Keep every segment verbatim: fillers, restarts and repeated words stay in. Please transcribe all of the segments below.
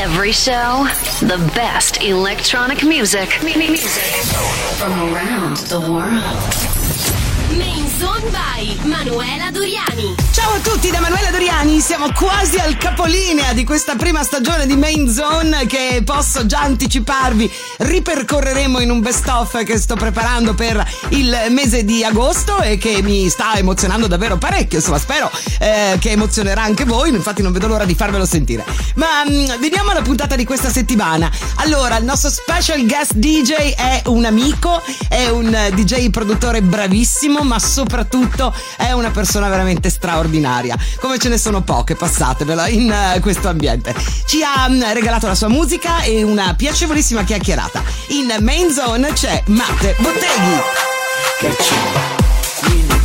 Every show, the best electronic music. Music from around the world. Main Zone by Manuela Doriani. Ciao a tutti da Manuela Doriani, siamo quasi al capolinea di questa prima stagione di Main Zone che posso già anticiparvi ripercorreremo in un best of che sto preparando per il mese di agosto e che mi sta emozionando davvero parecchio, insomma spero eh, che emozionerà anche voi, infatti non vedo l'ora di farvelo sentire. Ma mh, veniamo alla puntata di questa settimana. Allora, il nostro special guest D J è un amico, è un D J produttore bravissimo, ma soprattutto è una persona veramente straordinaria, come ce ne sono poche, passatevela, in uh, questo ambiente. Ci ha um, regalato la sua musica e una piacevolissima chiacchierata. In Main Zone c'è Matte Botteghi. Che c'è? Mini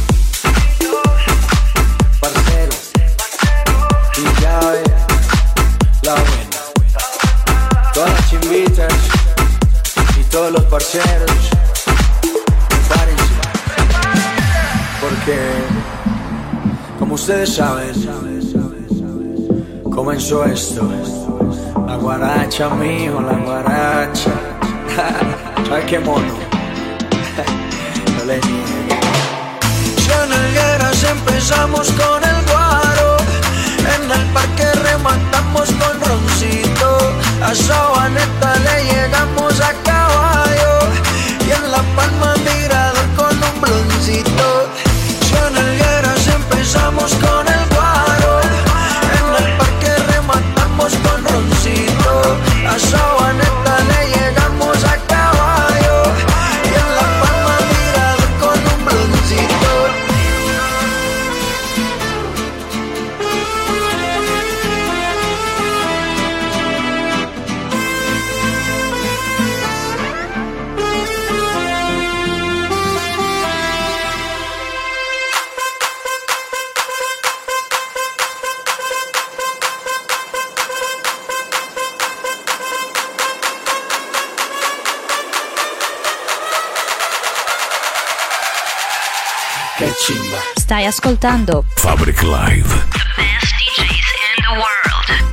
Parcero Y llave La buena Todas las chimbitas Y todos los parceros Prepárense Porque, como ustedes saben, comenzó esto. La guaracha, mijo, la guaracha. ¿Sabes qué mono? No le niego. Si en Helgueras empezamos con el guaro, en el parque rematamos con roncito, a Sabaneta le llegamos a caballo y en La Palma Mirador con un bloncito. En Helgueras empezamos con el guaro, en el parque rematamos con roncito, a Sabaneta le llegamos a caballo y en La Palma Mirador con un bloncito. Stai ascoltando Fabric Live. The best D Js in the world.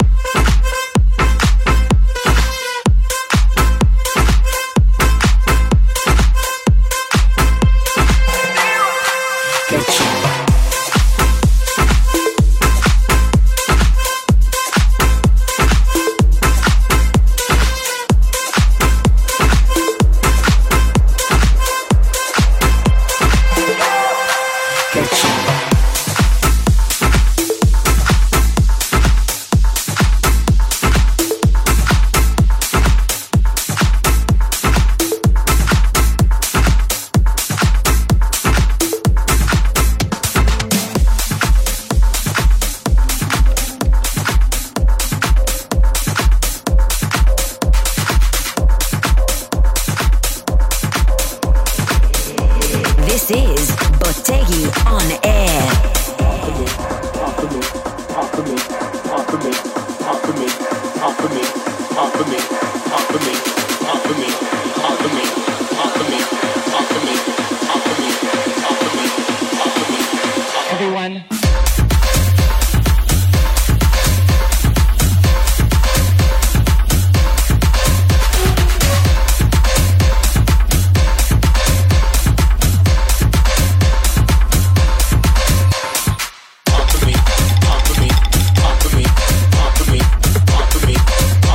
Talk to me, talk to me, talk to me, talk to me, talk to me.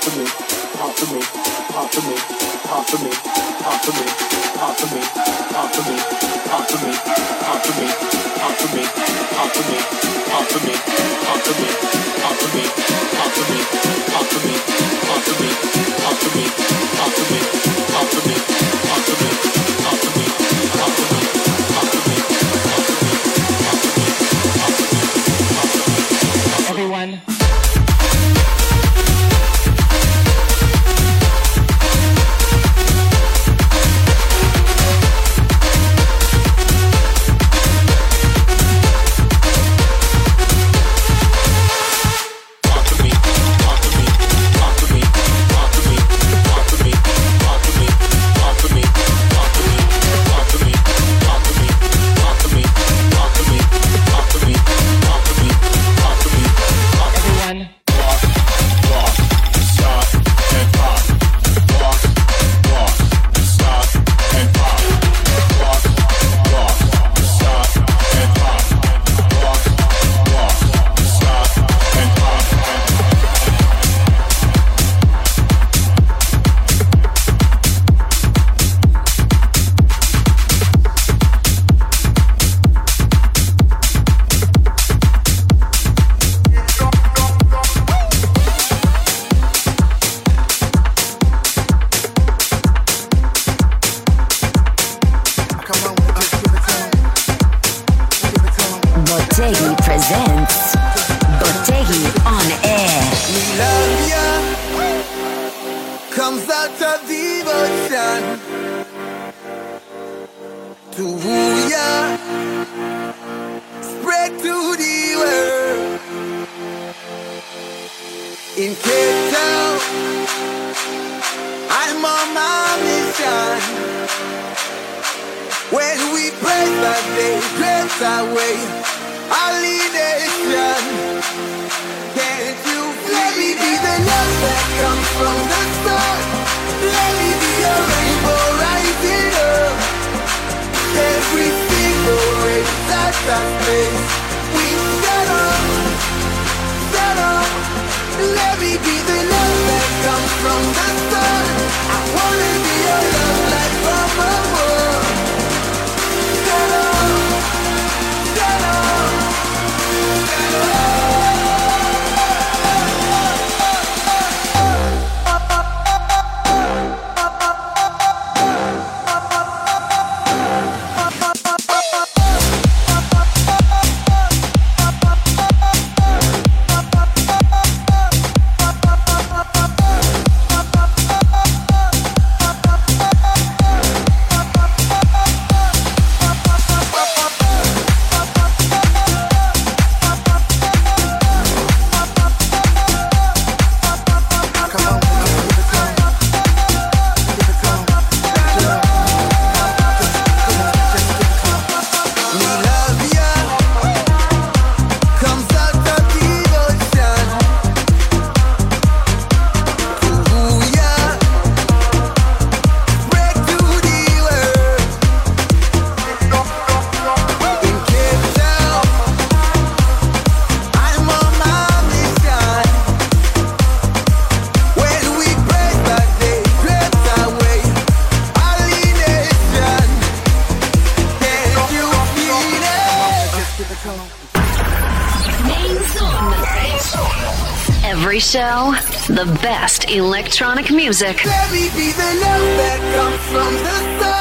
Show, the best electronic music. Let me be the love that comes from the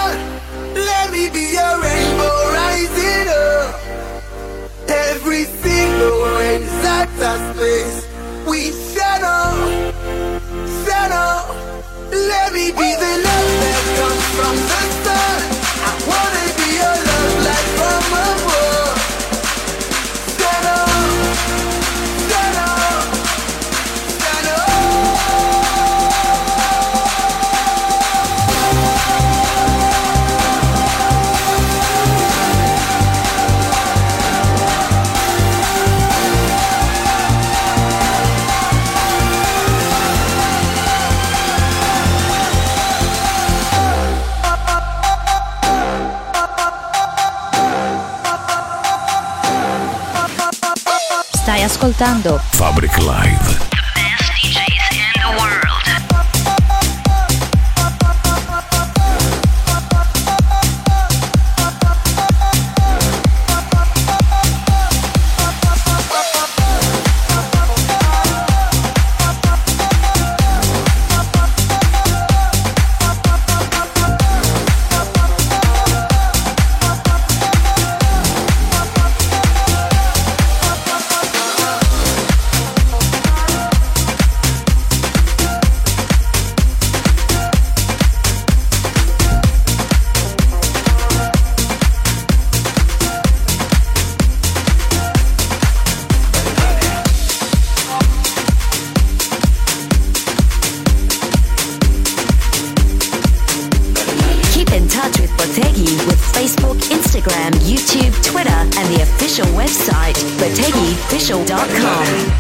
sun. Let me be your rainbow rising up. Every single rain is at our space. We shadow, shadow. Let me be the love that comes from the sun. I wanna be your love light from above. Shadow, shadow. Stai ascoltando Fabric Live. The best D Js in the world. YouTube, Twitter, and the official website, bottegi official dot com.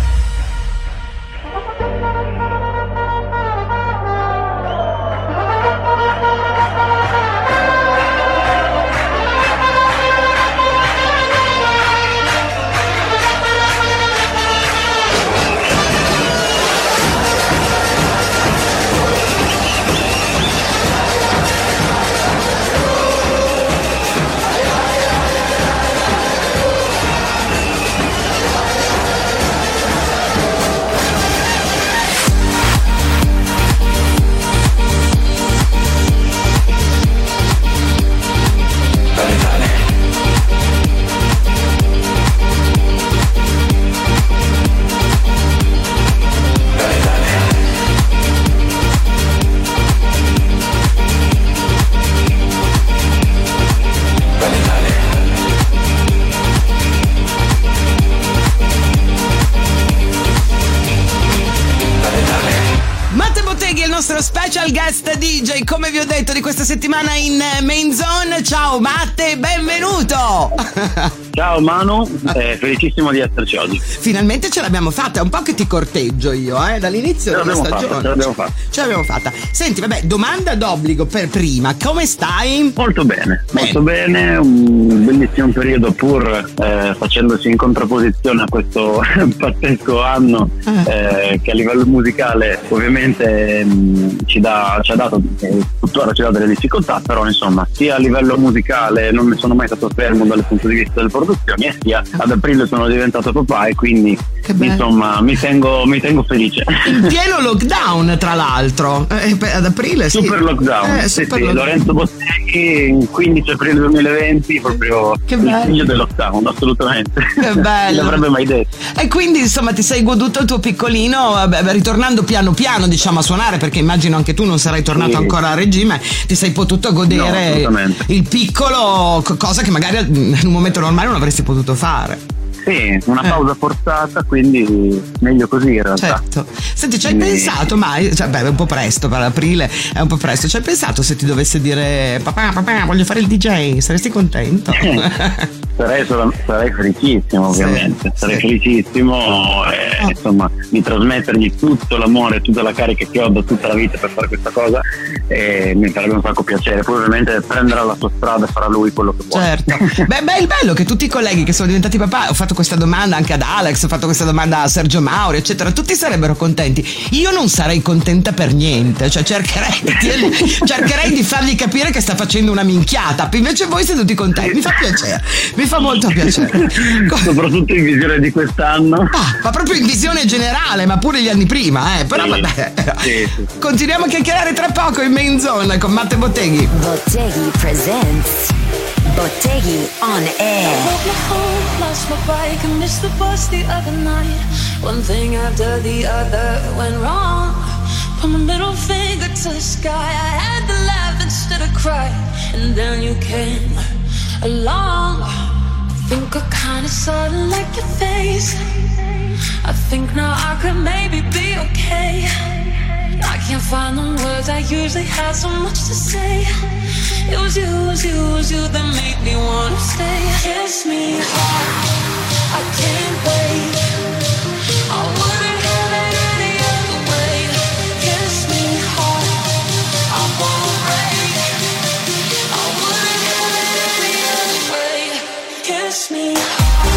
Special guest D J, come vi ho detto, di questa settimana in Main Zone. Ciao Matte, benvenuto. Ciao Manu, eh, felicissimo di esserci oggi. Finalmente ce l'abbiamo fatta, è un po' che ti corteggio io, eh, dall'inizio ce della stagione. Fatta, ce l'abbiamo fatta. Ce l'abbiamo fatta. Senti, vabbè, domanda d'obbligo per prima, come stai? Molto bene, molto bene, bene un bellissimo periodo pur eh, facendosi in contrapposizione a questo pazzesco anno eh, che a livello musicale ovviamente mh, ci, dà, ci ha dato, eh, tuttora ci dà delle difficoltà, però insomma sia a livello musicale non mi sono mai stato fermo dal punto di vista del produzioni e sia ad aprile sono diventato papà e quindi insomma mi tengo, mi tengo felice. In pieno lockdown tra l'altro eh, ad aprile sì. Super lockdown, eh, sì, super sì. lockdown. Lorenzo Botteghi il quindici aprile duemilaventi proprio che il figlio del lockdown, assolutamente. Che bello. Chi l'avrebbe mai detto. E quindi insomma ti sei goduto il tuo piccolino, vabbè, ritornando piano piano diciamo a suonare, perché immagino anche tu non sarai tornato sì. ancora a regime, ti sei potuto godere no, il piccolo, cosa che magari in un momento normale non avresti potuto fare. Sì, una pausa eh. forzata, quindi meglio così in realtà. Certo. Senti, ci hai quindi... pensato mai? Cioè, beh, è un po' presto per aprile, è un po' presto. Ci hai pensato se ti dovesse dire papà, papà, voglio fare il D J, saresti contento? sarei, sarei felicissimo, ovviamente. Sì, sarei sì. felicissimo e, oh. insomma, di trasmettergli tutto l'amore, tutta la carica che ho da tutta la vita per fare questa cosa e mi farebbe un sacco piacere. Poi ovviamente prenderà la sua strada e farà lui quello che vuole. Certo. Beh, beh, il bello che tutti i colleghi che sono diventati papà, ho fatto questa domanda anche ad Alex, ho fatto questa domanda a Sergio Mauri, eccetera, tutti sarebbero contenti. Io non sarei contenta per niente, cioè cercherei di, cercherei di fargli capire che sta facendo una minchiata, invece voi siete tutti contenti, mi fa piacere, mi fa molto piacere. Soprattutto in visione di quest'anno. Ah, ma proprio in visione generale, ma pure gli anni prima, eh, però sì. vabbè. Sì, sì, sì. Continuiamo a chiacchierare tra poco in Main Zone con Matte Botteghi. Botteghi presents Botteghi on air. Lost my bike and missed the bus the other night. One thing after the other went wrong. Put my middle finger to the sky. I had to laugh instead of cry. And then you came along. I think I kinda sorta like your face. I think now I could maybe be okay. I can't find the words, I usually have so much to say. It was you, it was you, it was you that made me wanna stay. Kiss me hard, I can't wait. I wouldn't have it any other way. Kiss me hard, I won't break. I wouldn't have it any other way. Kiss me hard.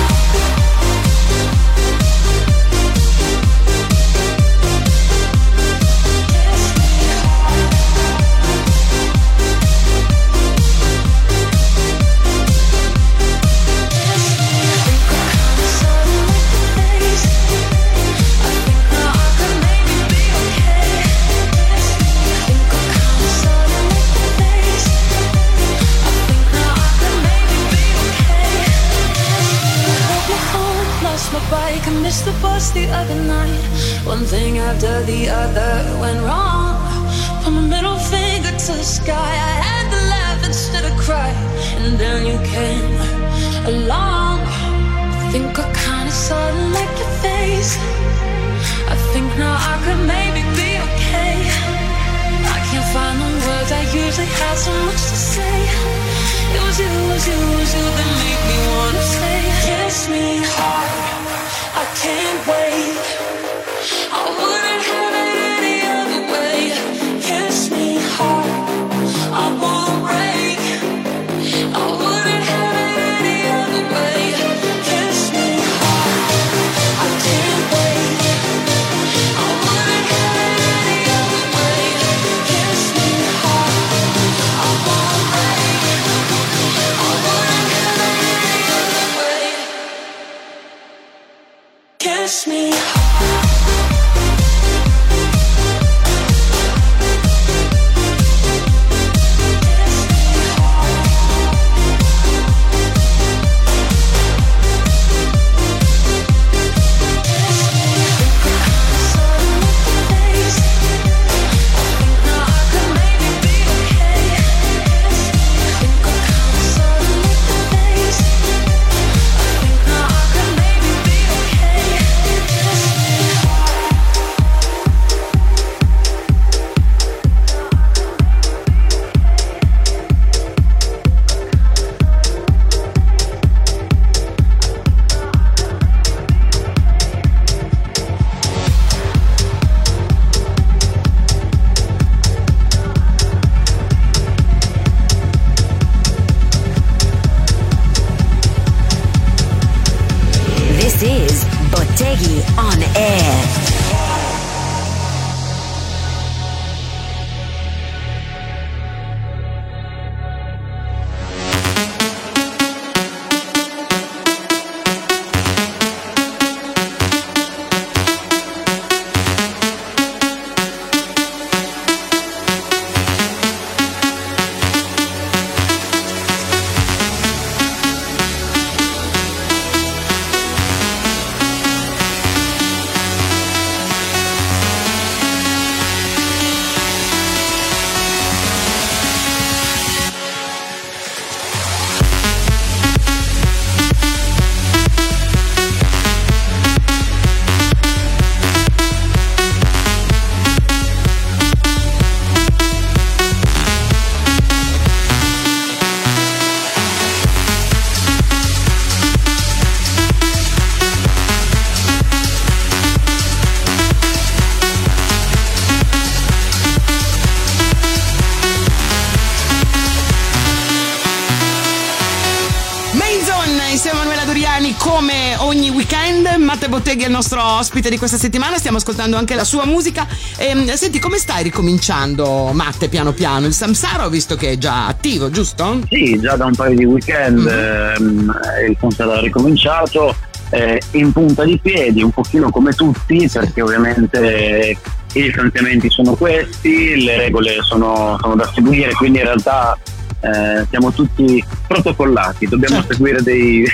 I missed the bus the other night. One thing after the other went wrong. Put my middle finger to the sky. I had to laugh instead of cry. And then you came along. I think I kinda sorta like your face. I think now I could maybe be okay. I can't find the words, I usually have so much to say. It was was you, was you, was you that made me wanna say, kiss me hard, I can't wait. I wouldn't have it any other way. Kiss me hard, I won't break. I wouldn't have it any other way. Kiss me hard, I can't wait. I wouldn't have it any other way. Kiss me hard, I won't break. I wouldn't have it any other way. Kiss me hard. Come ogni weekend, Matte Botteghi è il nostro ospite di questa settimana. Stiamo ascoltando anche la sua musica. E, senti, come stai ricominciando, Matte, piano piano? Il Samsara ho visto che è già attivo, giusto? Sì, già da un paio di weekend mm-hmm. eh, il Samsara ha ricominciato eh, in punta di piedi, un pochino come tutti, perché ovviamente i distanziamenti sono questi, le regole sono, sono da seguire, quindi in realtà Eh, siamo tutti protocollati, dobbiamo certo. seguire dei,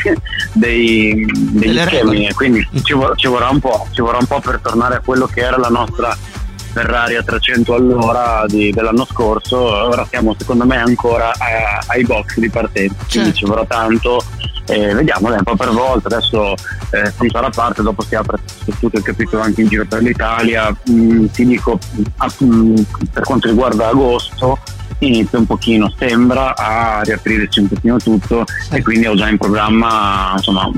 dei, degli schemi, quindi ci, vor- ci vorrà un po', ci vorrà un po' per tornare a quello che era la nostra Ferrari a trecento all'ora di, dell'anno scorso. Ora siamo secondo me ancora a, ai box di partenza, quindi certo. ci vorrà tanto. Eh, vediamo dai, un po' per volta. Adesso eh, si sarà parte, dopo si apre tutto il capitolo anche in giro per l'Italia. Mm, ti dico a, mm, per quanto riguarda agosto inizia un pochino, sembra, a riaprirsi un pochino tutto sì. e quindi ho già in programma insomma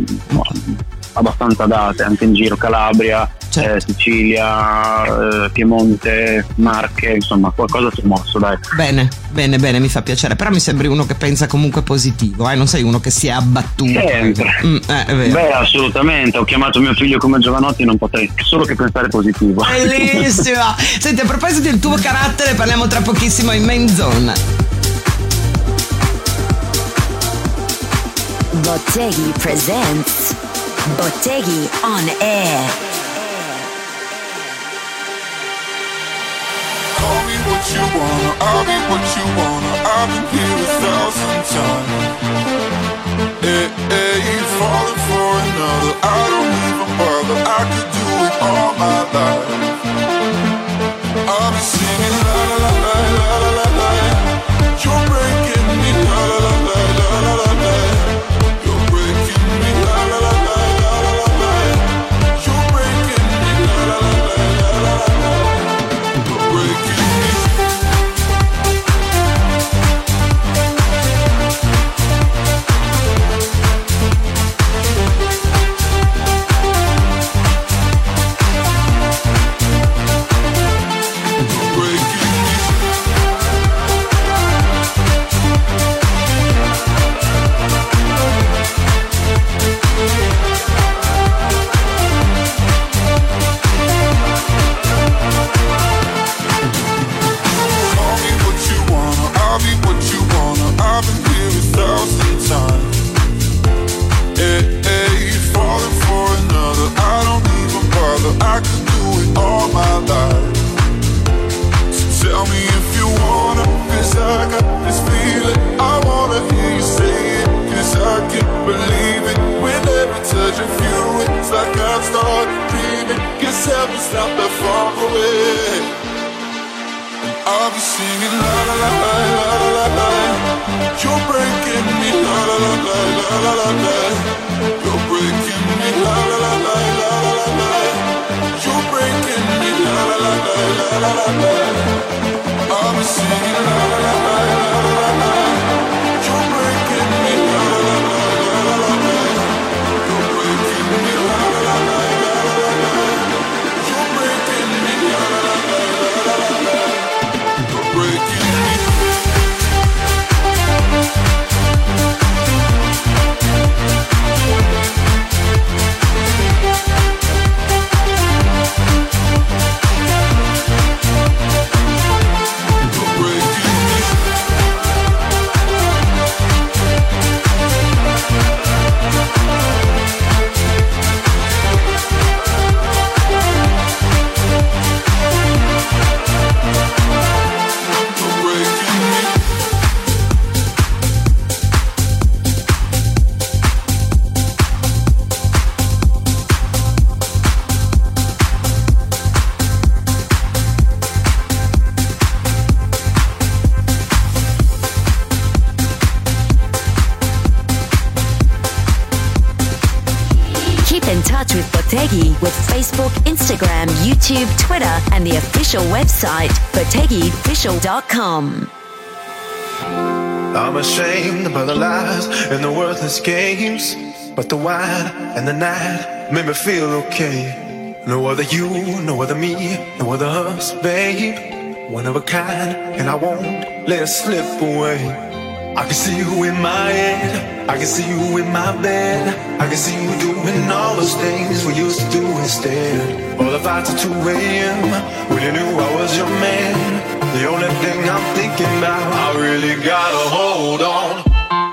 abbastanza date anche in giro, Calabria, certo. eh, Sicilia, eh, Piemonte, Marche, insomma qualcosa si è mosso, dai. Bene, bene, bene, mi fa piacere, però mi sembri uno che pensa comunque positivo, eh? Non sei uno che si è abbattuto. Sempre. Mm, eh, è vero. Beh, assolutamente, ho chiamato mio figlio come Giovanotti, non potrei solo che pensare positivo. Bellissimo. Senti, a proposito del tuo carattere, parliamo tra pochissimo in Main Zone. Botteghi presents Botteghi on Air. Call me what you wanna, I'll be what you wanna. I've been here a thousand times. Hey, hey, falling for another, I don't even bother. I could do it all my life. I'll be singing la la la la la la la la. You're breaking me la la la la la la la la. You're breaking me la la la la la la la la. You're breaking me la la la la la la la la. You're breaking me. all my life. So tell me if you wanna, cause I got this feeling. I wanna hear you say it, cause I can't believe it. With every touch of you, it's like I've started dreaming. Cause heaven's not that far away. I'll be singing la la la la la la la. You're breaking me la la la la la la la la. You're breaking me la la la la la la la. You're breaking me la la la la la la la. I'll be singing la la la la la la la. You're breaking me la la la la la la la. You're breaking me la la la la la la la. You're breaking me la la la la la la la. Breaking me. With Facebook, Instagram, YouTube, Twitter, and the official website, bottegi official dot com. I'm ashamed by the lies and the worthless games, but the wine and the night made me feel okay. No other you, no other me, no other us, babe. One of a kind, and I won't let it slip away. I can see you in my head, I can see you in my bed, I can see you doing all those things we used to do instead. All the fights at two a.m. when you knew I was your man. The only thing I'm thinking about, I really gotta hold on.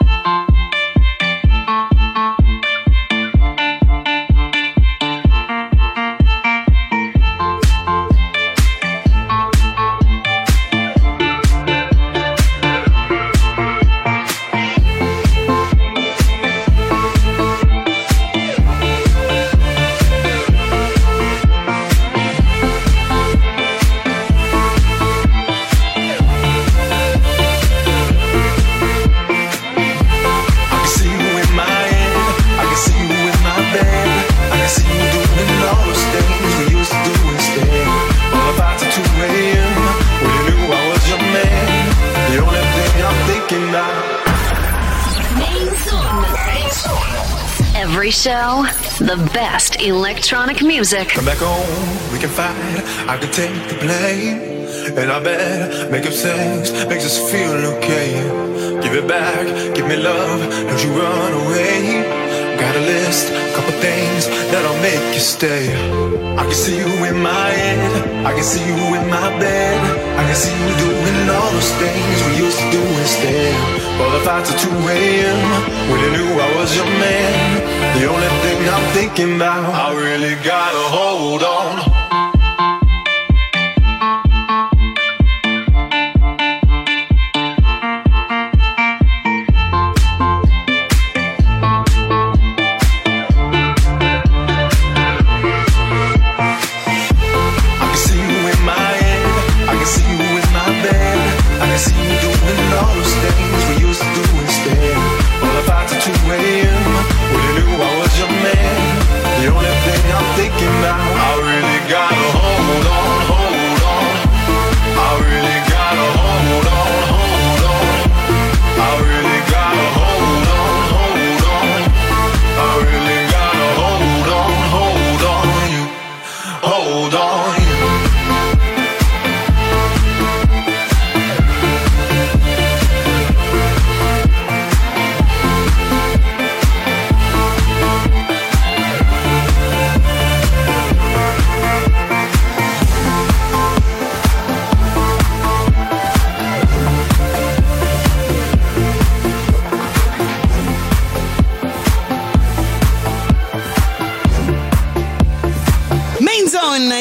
Every show, the best electronic music. Come back home, we can fight, I can take the blame. And I bet making things makes us feel okay. Give it back, give me love, don't you run away. Got a list, couple things that'll make you stay. I can see you in my head, I can see you in my bed, I can see you doing all those things we used to do instead. All the fights at two a.m. when you knew I was your man. The only thing I'm thinking about, I really gotta hold on.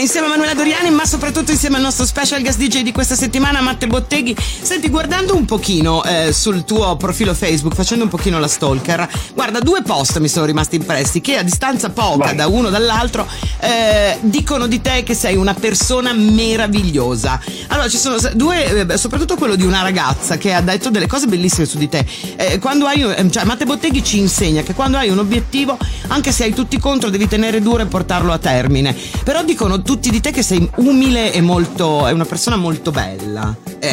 insieme a Manuela Doriani, ma soprattutto insieme al nostro special guest D J di questa settimana, Matte Botteghi. Senti, guardando un pochino eh, sul tuo profilo Facebook, facendo un pochino la stalker, guarda, due post mi sono rimasti impressi che a distanza poca Vai. da uno dall'altro eh, dicono di te che sei una persona meravigliosa. Allora ci sono due, eh, soprattutto quello di una ragazza che ha detto delle cose bellissime su di te. Eh, quando hai, cioè Matte Botteghi ci insegna che quando hai un obiettivo, anche se hai tutti contro, devi tenere duro e portarlo a termine. Però dicono tutti di te che sei umile e molto, è una persona molto bella.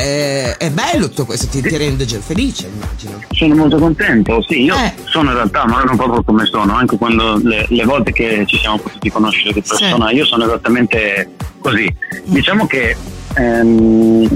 È, è bello tutto questo, ti, ti rende già felice, immagino. Sono molto contento, sì, io Eh. sono in realtà, ma non proprio come sono, anche quando le, le volte che ci siamo potuti conoscere di persona, Sì. io sono esattamente così. Diciamo che ehm,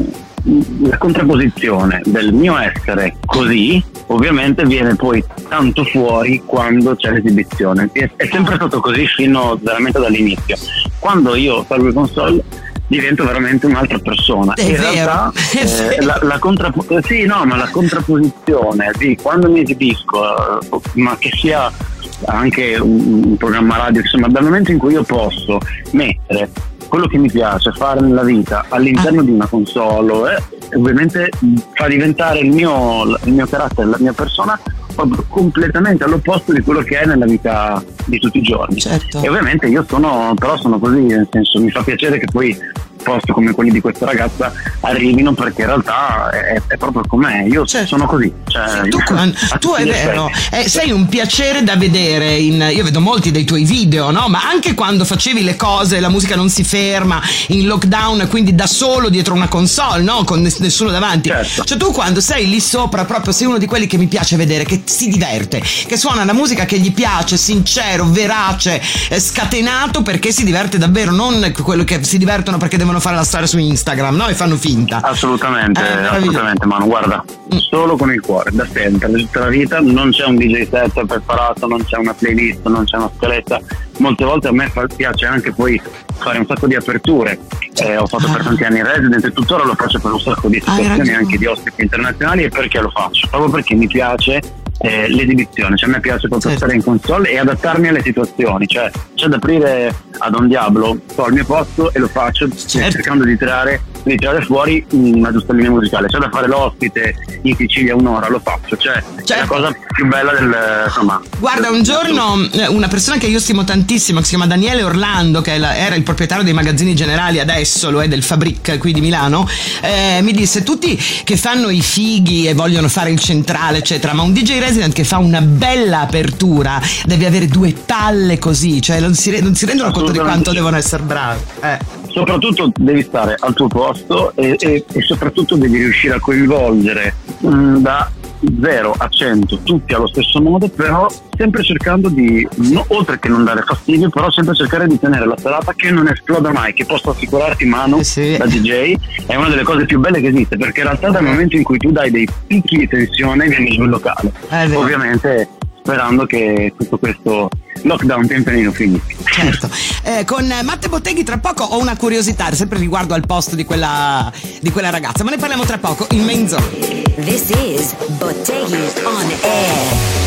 la contrapposizione del mio essere così ovviamente viene poi tanto fuori quando c'è l'esibizione. È, è sempre stato così fino veramente dall'inizio. Quando io salgo il console divento veramente un'altra persona. È In vero, realtà è eh, vero. la, la contrappo- sì, no, ma la contrapposizione di quando mi esibisco, eh, ma che sia anche un, un programma radio, insomma, dal momento in cui io posso mettere quello che mi piace fare nella vita all'interno Ah. di una console, eh, ovviamente fa diventare il mio, il mio carattere, la mia persona proprio completamente all'opposto di quello che è nella vita di tutti i giorni. Certo. E ovviamente io sono, però sono così, nel senso, mi fa piacere che poi posti come quelli di questa ragazza arrivino, perché in realtà è, è proprio com'è, io Certo. sono così, cioè, Tu, a tu tutti è gli vero, effetti. eh, sei un piacere da vedere in, io vedo molti dei tuoi video, no? Ma anche quando facevi le cose, la musica non si ferma, in lockdown, quindi da solo dietro una console, no? Con ness- nessuno davanti. Certo. Cioè tu quando sei lì sopra proprio sei uno di quelli che mi piace vedere, che si diverte, che suona la musica che gli piace, sincero, verace, eh, scatenato, perché si diverte davvero, non quello che si divertono perché devono fare la storia su Instagram, no? E fanno finta. Assolutamente, Eh, meraviglioso. assolutamente, Manu, guarda, Mm. solo con il cuore, da sempre, da tutta la vita, non c'è un D J set preparato, non c'è una playlist, non c'è una scaletta. Molte volte a me fa- piace anche poi fare un sacco di aperture, eh, ho fatto per tanti anni in resident e tuttora lo faccio per un sacco di Hai situazioni, ragione. anche di ospiti internazionali. E perché lo faccio? Proprio perché mi piace eh, l'esibizione, cioè a me piace proprio Certo. stare in console e adattarmi alle situazioni, cioè c'è da aprire a Don Diablo, sto al mio posto e lo faccio Certo. cercando di tirare, di tirare fuori una giusta linea musicale. C'è da fare l'ospite in Sicilia un'ora, lo faccio, cioè è la Certo. cosa più bella del, insomma. Guarda, un giorno eh, una persona che io stimo tantissimo, che si chiama Daniele Orlando, che è la- era il proprietario dei magazzini generali, adesso lo è del Fabric qui di Milano, eh, mi disse: tutti che fanno i fighi e vogliono fare il centrale eccetera, ma un D J resident che fa una bella apertura deve avere due palle così, cioè non si, re- non si rendono conto di quanto devono essere bravi. Eh. Soprattutto devi stare al tuo posto e, e, e soprattutto devi riuscire a coinvolgere mh, da zero a cento tutti allo stesso modo, però sempre cercando di, no, oltre che non dare fastidio, però sempre cercare di tenere la serata che non esploda mai, che posso assicurarti, Manu, Eh sì. da D J è una delle cose più belle che esiste, perché in realtà dal momento in cui tu dai dei picchi di tensione vieni giù il locale, È vero. ovviamente sperando che tutto questo lockdown temperino finisca. Certo. Eh, con Matte Botteghi tra poco ho una curiosità, sempre riguardo al posto di quella, di quella ragazza, ma ne parliamo tra poco in Main Zone. This is Botteghi on Air.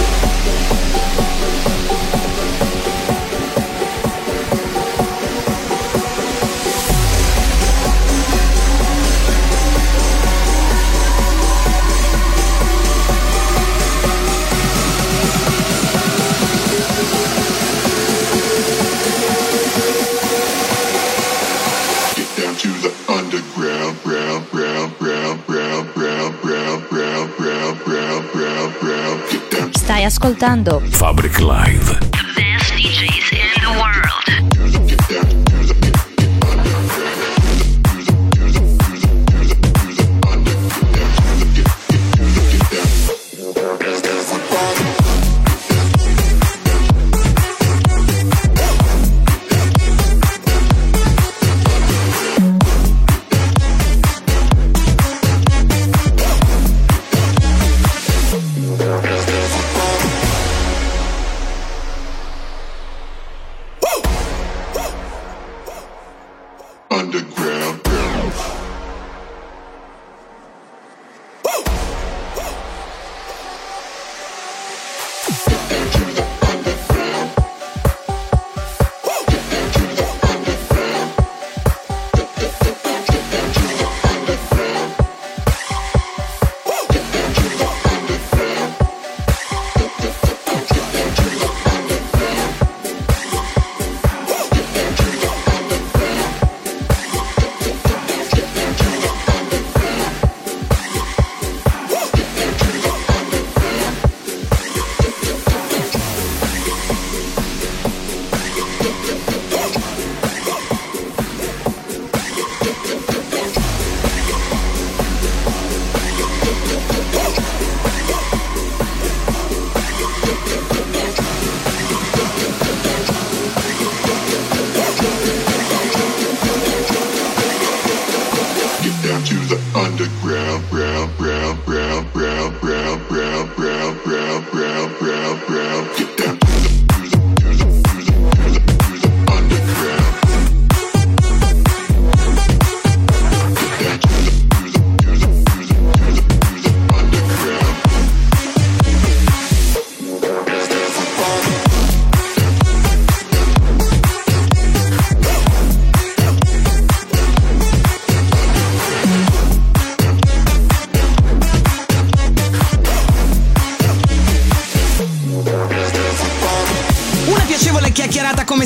Get down to the underground, ground, ground, ground, ground, ground, ground, ground, ground, ground, ground, ground. Get down to Stai ascoltando Fabric Live. The best D Js in the world. get down to the underground, to the to the to the to the to the under, get down to the get get get down. Everybody. Underground. Get down to the underground. Get down to the underground.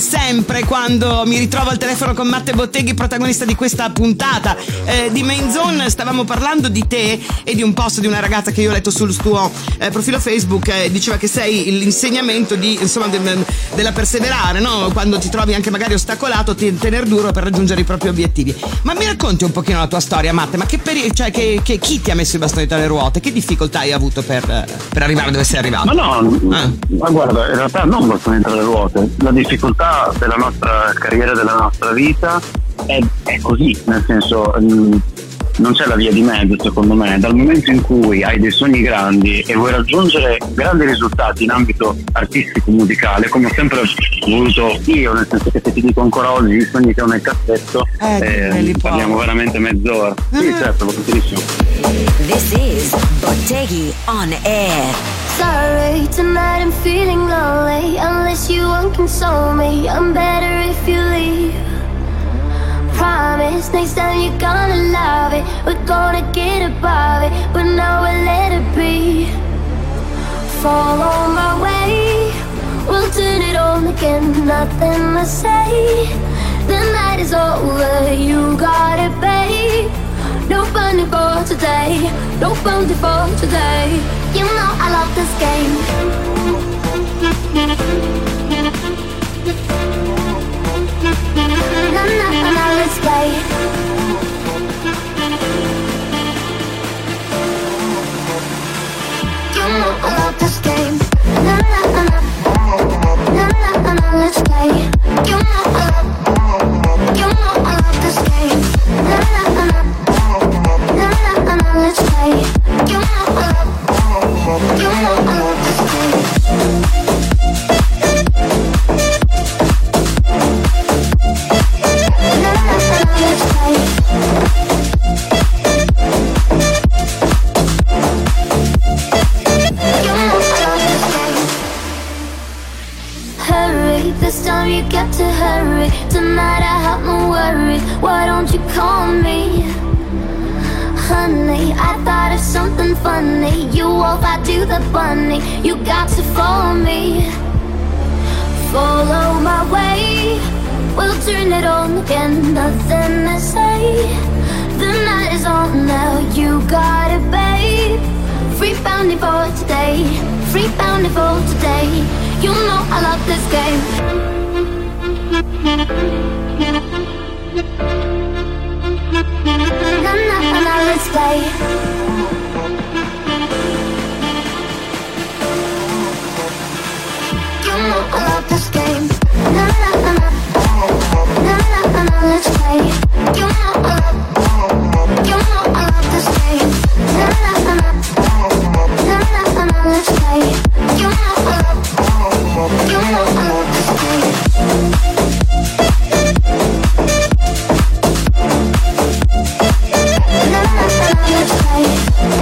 sempre quando mi ritrovo al telefono con Matte Botteghi, protagonista di questa puntata eh, di Main Zone. Stavamo parlando di te e di un post di una ragazza che io ho letto sul tuo eh, profilo Facebook, eh, diceva che sei l'insegnamento di, insomma, de, de, della perseverare, no? Quando ti trovi anche magari ostacolato, ti, tener duro per raggiungere i propri obiettivi. Ma mi racconti un pochino la tua storia, Matte? Ma che, peri- cioè, che, che chi ti ha messo i bastoni tra le ruote? Che difficoltà hai avuto per, per arrivare dove sei arrivato? Ma no, ah. ma guarda, in realtà non bastoni tra le ruote. La difficoltà della nostra carriera, della nostra vita è, è così, nel senso mh, non c'è la via di mezzo, secondo me. Dal momento in cui hai dei sogni grandi e vuoi raggiungere grandi risultati in ambito artistico musicale, come ho sempre voluto io, nel senso che se ti dico ancora oggi i sogni che ho nel cassetto, eh, eh, parliamo veramente mezz'ora. Mm. Sì, certo, volentierissimo. This is Botteghi on air. Sorry, tonight I'm feeling lonely. Unless you won't console me, I'm better if you leave. Promise, next time you're gonna love it. We're gonna get above it, but now we'll let it be. Follow my way, we'll turn it on again. Nothing to say, the night is over. You got it, babe. No bunny for today, no bunny for today. You know I love this game. Na na na na, let's play. You know I love this game. Na na na na, na na na na, let's play. You know I love, you know I love this game. Na na na na, na na na na, let's play. You know I love, you know I love this game. This time you got to hurry. Tonight I have no worries. Why don't you call me? Honey, I thought of something funny. You wolf, I do the bunny. You got to follow me. Follow my way, we'll turn it on again. Nothing to say, the night is on now. You got it, babe. Free bounty for today, free bounty for today. You know I love this game. Na na na na, let's play. You know I love this game. Na na na na, na na na na, let's play. You know I love, you know I love this game. Na na na na, na na na na, let's play. You know I love, you know I love this game. Na na na na, let's play.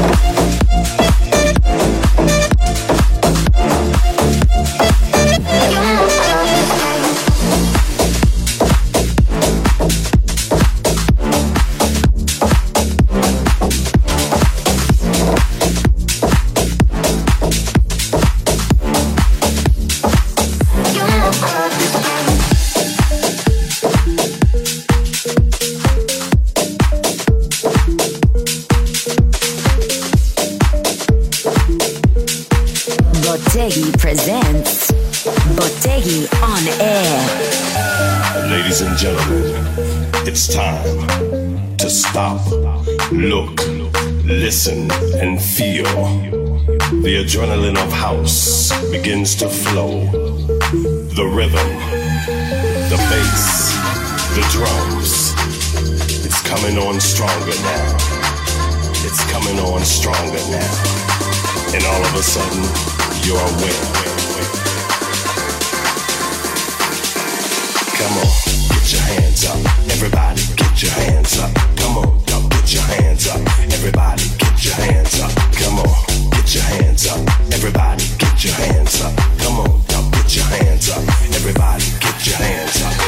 Botteghi presents Botteghi on air. Ladies and gentlemen, it's time to stop, look, listen, and feel. The adrenaline of house begins to flow. The rhythm, the bass, the drums. It's coming on stronger now. It's coming on stronger now. And all of a sudden, you're aware. Come on, get your hands up. Everybody, get your hands up. Come on, y'all, put your hands up. Everybody, get your hands up. Come on, get your hands up. Everybody, get your hands up. Come on, y'all, put your hands up. Everybody, get your hands up.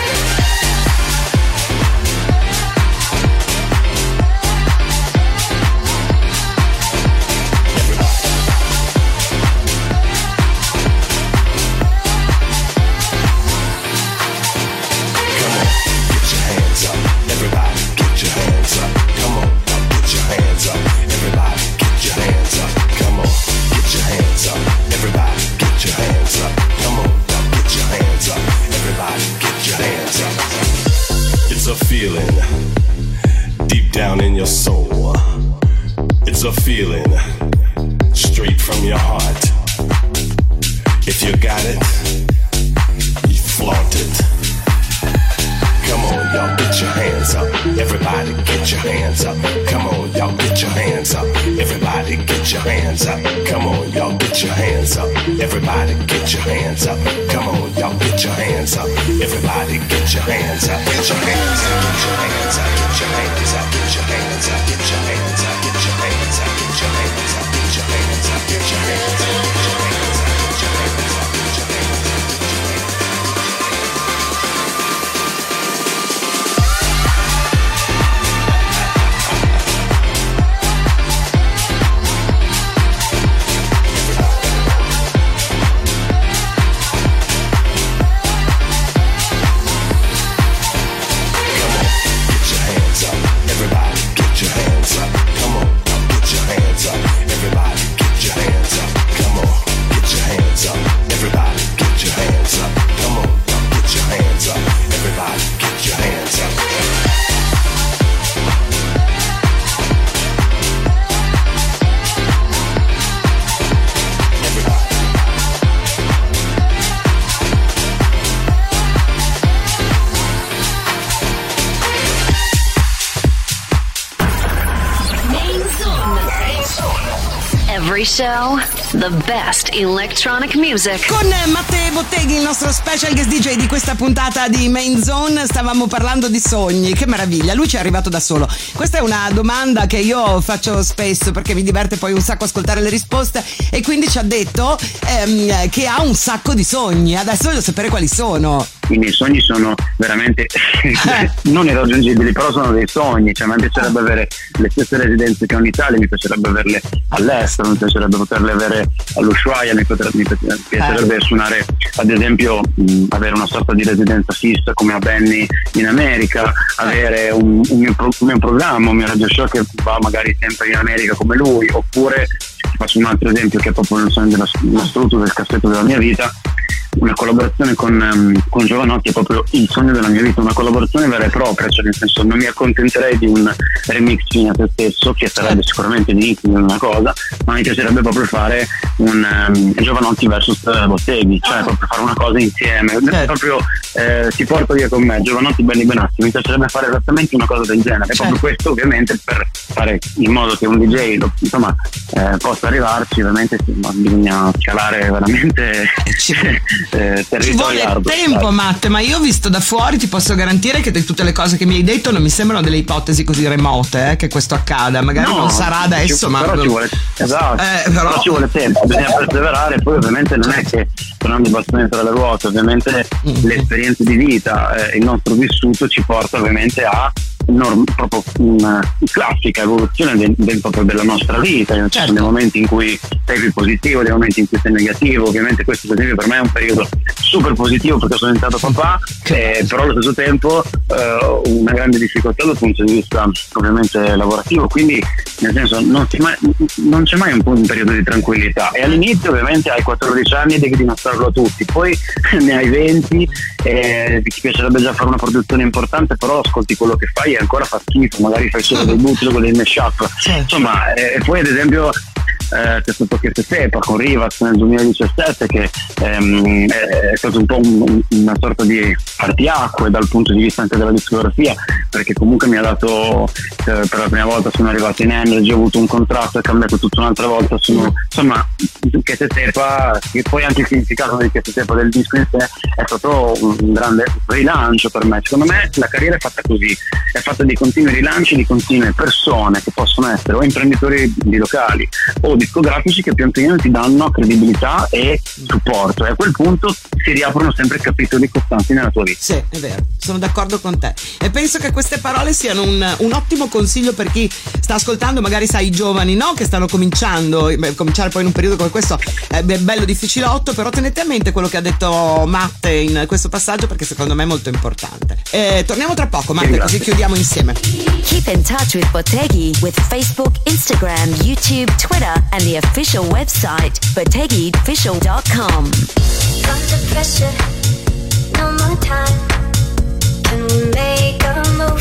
feeling deep down in your soul. It's a feeling straight from your heart. If you got it, you flaunt it. Come on, y'all, get your hands up. Everybody get your hands up. Come on, y'all, get your hands up. Everybody get your hands up. Come on, y'all, get your hands up. Everybody get your hands up. Come on, y'all, get your hands up. Everybody get your hands up. Get your hands up. Get your hands up. Get your hands up. Get your hands up. Get your hands up. Get your hands up. Get your hands up. Get your hands up. Get your hands up. Get your hands up. Every show, the best electronic music. Con Matteo Botteghi, il nostro special guest D J di questa puntata di Main Zone, stavamo parlando di sogni. Che meraviglia, lui ci è arrivato da solo. Questa è una domanda che io faccio spesso perché mi diverte poi un sacco ascoltare le risposte, e quindi ci ha detto ehm, che ha un sacco di sogni. Adesso voglio sapere quali sono. I miei sogni sono veramente non irraggiungibili, però sono dei sogni. Cioè, mi piacerebbe avere le stesse residenze che ho in Italia, mi piacerebbe averle all'estero, mi piacerebbe poterle avere all'Ushuaia, mi, poter, mi piacerebbe eh. suonare, ad esempio, mh, avere una sorta di residenza fissa come a Benny in America, avere un, un, mio, un mio programma, un mio radio show che va magari sempre in America come lui, oppure faccio un altro esempio che è proprio il sogno dell'assoluto del cassetto della mia vita, una collaborazione con, um, con Giovanotti è proprio il sogno della mia vita, una collaborazione vera e propria, cioè nel senso non mi accontenterei di un remix fine a te stesso, che sarebbe sicuramente l'inizio di una cosa, ma mi piacerebbe proprio fare un um, Giovanotti versus Botteghi, cioè proprio fare una cosa insieme, certo. proprio eh, ti porto via con me Giovanotti, Benny Benassi, mi piacerebbe fare esattamente una cosa del genere, certo. proprio questo ovviamente per fare in modo che un D J lo, insomma eh, possa arrivarci, ovviamente sì, ma bisogna scalare veramente eh, ci vuole tempo, Matte, ma io visto da fuori ti posso garantire che di tutte le cose che mi hai detto non mi sembrano delle ipotesi così remote, eh, che questo accada, magari no, non sarà adesso, ci, ma però ci vuole, esatto, eh, però... però ci vuole tempo, bisogna perseverare. Poi ovviamente non è che tornando i bastoni tra le ruote, ovviamente mm-hmm. le esperienze di vita, eh, il nostro vissuto ci porta ovviamente a norm- proprio una classica evoluzione del, del, proprio della nostra vita. Certo. Ci sono dei momenti in cui sei più positivo, dei momenti in cui sei negativo. Ovviamente questo per esempio per me è un periodo super positivo perché sono diventato papà, eh, però allo stesso tempo eh, una grande difficoltà dal punto di vista ovviamente lavorativo, quindi nel senso non, si mai, non c'è mai un, un periodo di tranquillità, e all'inizio ovviamente hai quattordici anni e devi dimostrarlo a tutti, poi ne hai venti e ti piacerebbe già fare una produzione importante, però ascolti quello che fai e ancora fa schifo, magari fai solo dei bootleg o dei mashup, insomma, e poi ad esempio Eh, c'è stato che Sepa con Rivas nel duemiladiciassette che ehm, è stato un po' un, una sorta di partiacque dal punto di vista anche della discografia, perché comunque mi ha dato eh, per la prima volta sono arrivato in Energy, ho avuto un contratto, è cambiato tutta un'altra volta, sono, insomma che Sepa, che poi anche il significato di che Sepa del disco in sé è stato un grande rilancio per me. Secondo me la carriera è fatta così, è fatta di continui rilanci, di continue persone che possono essere o imprenditori di locali o discografici che pian piano ti danno credibilità e supporto, e a quel punto si riaprono sempre capitoli costanti nella tua vita. Sì, è vero, sono d'accordo con te, e penso che queste parole siano un, un ottimo consiglio per chi sta ascoltando, magari sai i giovani, no? Che stanno cominciando, beh, cominciare poi in un periodo come questo è bello difficilotto, però tenete a mente quello che ha detto Matte in questo passaggio, perché secondo me è molto importante. Eh, torniamo tra poco, Matte, sì, così chiudiamo insieme. Keep in touch with Botteghi with Facebook, Instagram, YouTube, Twitter and the official website botteghi official dot com. Under pressure, no more time. Can we make a move?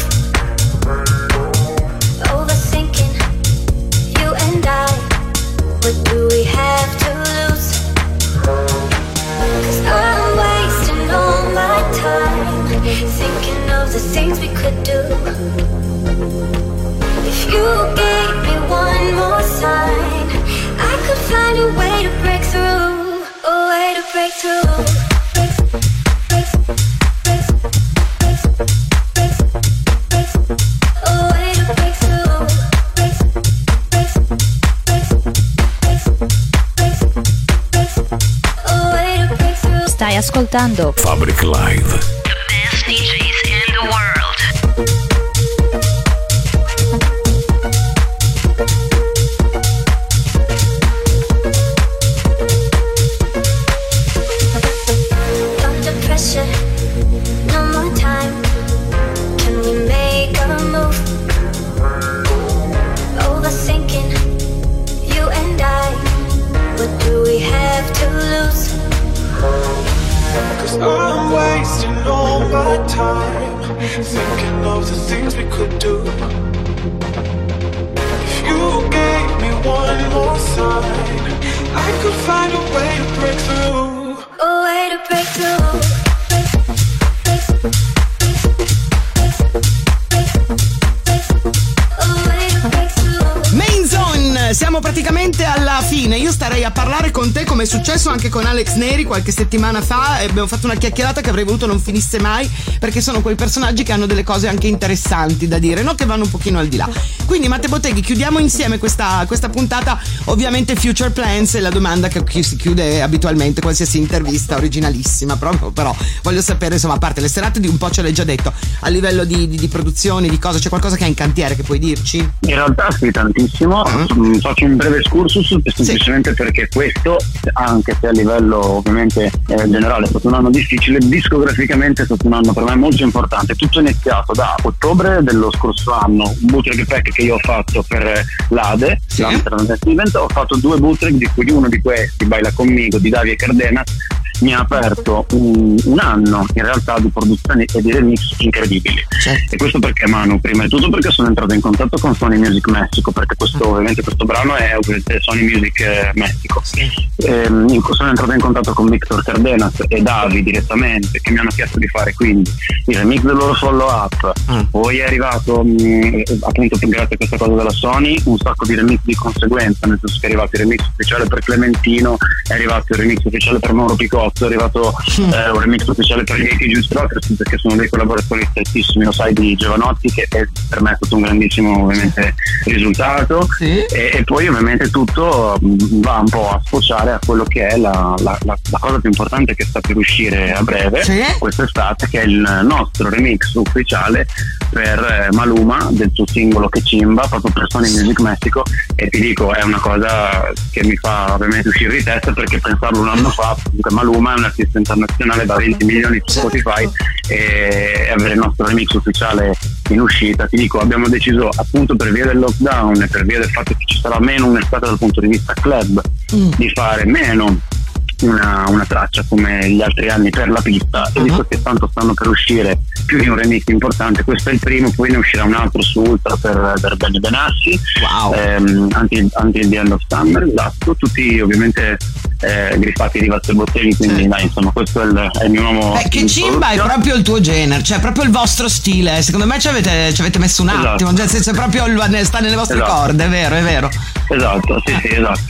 ascoltando Fabric Live. The best D Js in the world. Under pressure, no more time. Can we make a move? Overthinking, you and I. What do we have to lose? Cause I'm wasting all my time thinking of the things we could do. If you gave me one more sign, I could find a way to break through. A way to break through. Main Zone, siamo praticamente alla fine. Io starei a parlare con te come è successo anche con Alex Neri qualche settimana fa, e abbiamo fatto una chiacchierata che avrei voluto non finisse mai, perché sono quei personaggi che hanno delle cose anche interessanti da dire, no? Che vanno un pochino al di là. Quindi Matte Botteghi, chiudiamo insieme questa, questa puntata. Ovviamente Future Plans è la domanda che chi si chiude abitualmente qualsiasi intervista, originalissima proprio, però voglio sapere, insomma, a parte le serate di un po' ce l'hai già detto, a livello di, di, di produzioni, di cose, c'è qualcosa che hai in cantiere che puoi dirci? In realtà sì, tantissimo. Uh-huh. Faccio un breve excursus semplicemente sì. Perché questo, anche se a livello ovviamente eh, generale è stato un anno difficile, discograficamente è stato un anno per me molto importante. Tutto è iniziato da ottobre dello scorso anno, un bootleg pack che io ho fatto per l'A D E, sì. l'Amsterdam Event. Ho fatto due bootleg, di cui uno di questi, Baila Conmigo di Davide Cardenas, mi ha aperto un, un anno in realtà di produzioni e di remix incredibili. Certo. E questo perché, Manu? Prima di tutto perché sono entrato in contatto con Sony Music Messico, perché questo ovviamente questo brano è Sony Music eh, Messico. Sì. Ehm, sono entrato in contatto con Victor Cardenas e Davi direttamente, che mi hanno chiesto di fare quindi il remix del loro follow up. Mm. Poi è arrivato mh, appunto grazie a questa cosa della Sony un sacco di remix di conseguenza, nel senso che è arrivato il remix ufficiale per Clementino, è arrivato il remix ufficiale per Mauro Picotto, è arrivato mm. eh, un remix ufficiale per gli Juice Rockers, perché sono dei collaboratori strettissimi, lo sai, di Giovanotti, che è per me è stato un grandissimo ovviamente risultato. Sì. e, e poi ovviamente tutto va un po' a sfociare a quello che è la, la, la, la cosa più importante che sta per uscire a breve, sì. quest'estate, che è il nostro remix ufficiale per Maluma del suo singolo Che Cimba, proprio per Sony Music Messico. E ti dico, è una cosa che mi fa ovviamente uscire di testa, perché pensarlo un anno fa, comunque Maluma è un artista internazionale da venti milioni su Spotify, e avere il nostro remix ufficiale in uscita, ti dico, abbiamo deciso appunto per via del lockdown e per via del fatto che ci sarà meno un'estate dal punto di vista club mm. di fare meno Una, una traccia come gli altri anni per la pista, uh-huh. e visto che tanto stanno per uscire più di un remix importante, questo è il primo, poi ne uscirà un altro su Ultra per, per Benny Benassi, wow. ehm, Until, Until the End of Summer, esatto, tutti ovviamente eh, griffati di Matte Botteghi, quindi sì. dai, insomma, questo è il, è il mio nuovo eh, Che Cimba è proprio il tuo genere, cioè proprio il vostro stile, secondo me ci avete, ci avete messo un attimo, esatto. cioè, c'è proprio il, sta nelle vostre esatto. corde, è vero, è vero, esatto, sì sì, esatto.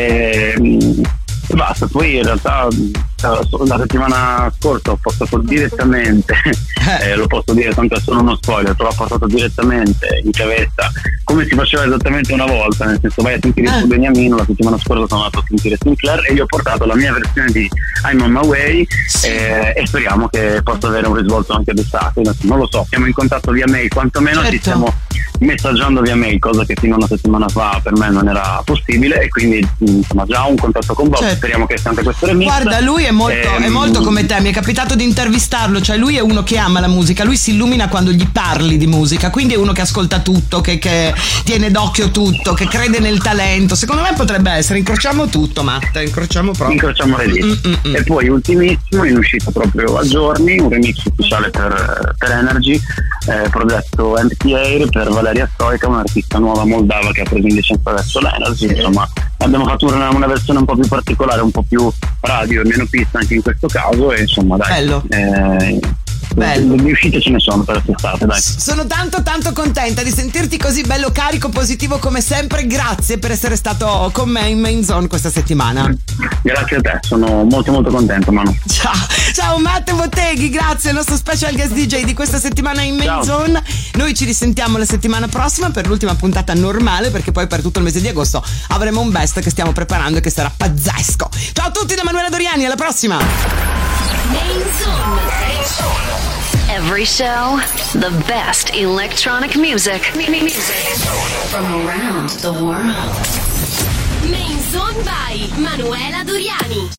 E, basta, poi in realtà la settimana scorsa ho portato direttamente eh, lo posso dire, tanto è solo uno spoiler, però ho portato direttamente in chiavetta come si faceva esattamente una volta, nel senso vai a sentire il tuo Beniamino. La settimana scorsa sono andato a sentire Sinclair e gli ho portato la mia versione di I'm on my way, sì. eh, e speriamo che possa avere un risvolto anche d'estate. Non lo so, siamo in contatto via mail, quantomeno certo. ci stiamo messaggiando via mail, cosa che fino a una settimana fa per me non era possibile, e quindi insomma già un contatto con Bob, certo. speriamo che sia anche questo remix. Guarda, lui è molto, ehm... è molto come te, mi è capitato di intervistarlo, cioè lui è uno che ama la musica, lui si illumina quando gli parli di musica, quindi è uno che ascolta tutto, che, che tiene d'occhio tutto, che crede nel talento. Secondo me potrebbe essere, incrociamo tutto, Matte, incrociamo proprio. Incrociamo le dita. E poi ultimissimo, in uscita proprio a giorni, un remix ufficiale per, per Energy, eh, progetto Empty Air per Valeria Stoica, un'artista nuova moldava che ha preso in licenza adesso l'Energy, sì. insomma abbiamo fatto una, una versione un po' più particolare, un po' più radio e meno pista anche in questo caso, e insomma dai, bello. Eh, Bello. Le uscite ce ne sono per quest'estate, dai. Sono tanto tanto contenta di sentirti così bello, carico, positivo come sempre. Grazie per essere stato con me in Main Zone questa settimana. Grazie a te, sono molto molto contento, Manu. Ciao, ciao Matte Botteghi, grazie, il nostro special guest D J di questa settimana in Main Zone. Noi ci risentiamo la settimana prossima per l'ultima puntata normale, perché poi per tutto il mese di agosto avremo un best che stiamo preparando e che sarà pazzesco. Ciao a tutti da Manuela Doriani, alla prossima. Main Zone. Every show, the best electronic music. Music from around the world. Main Zone by Manuela Doriani.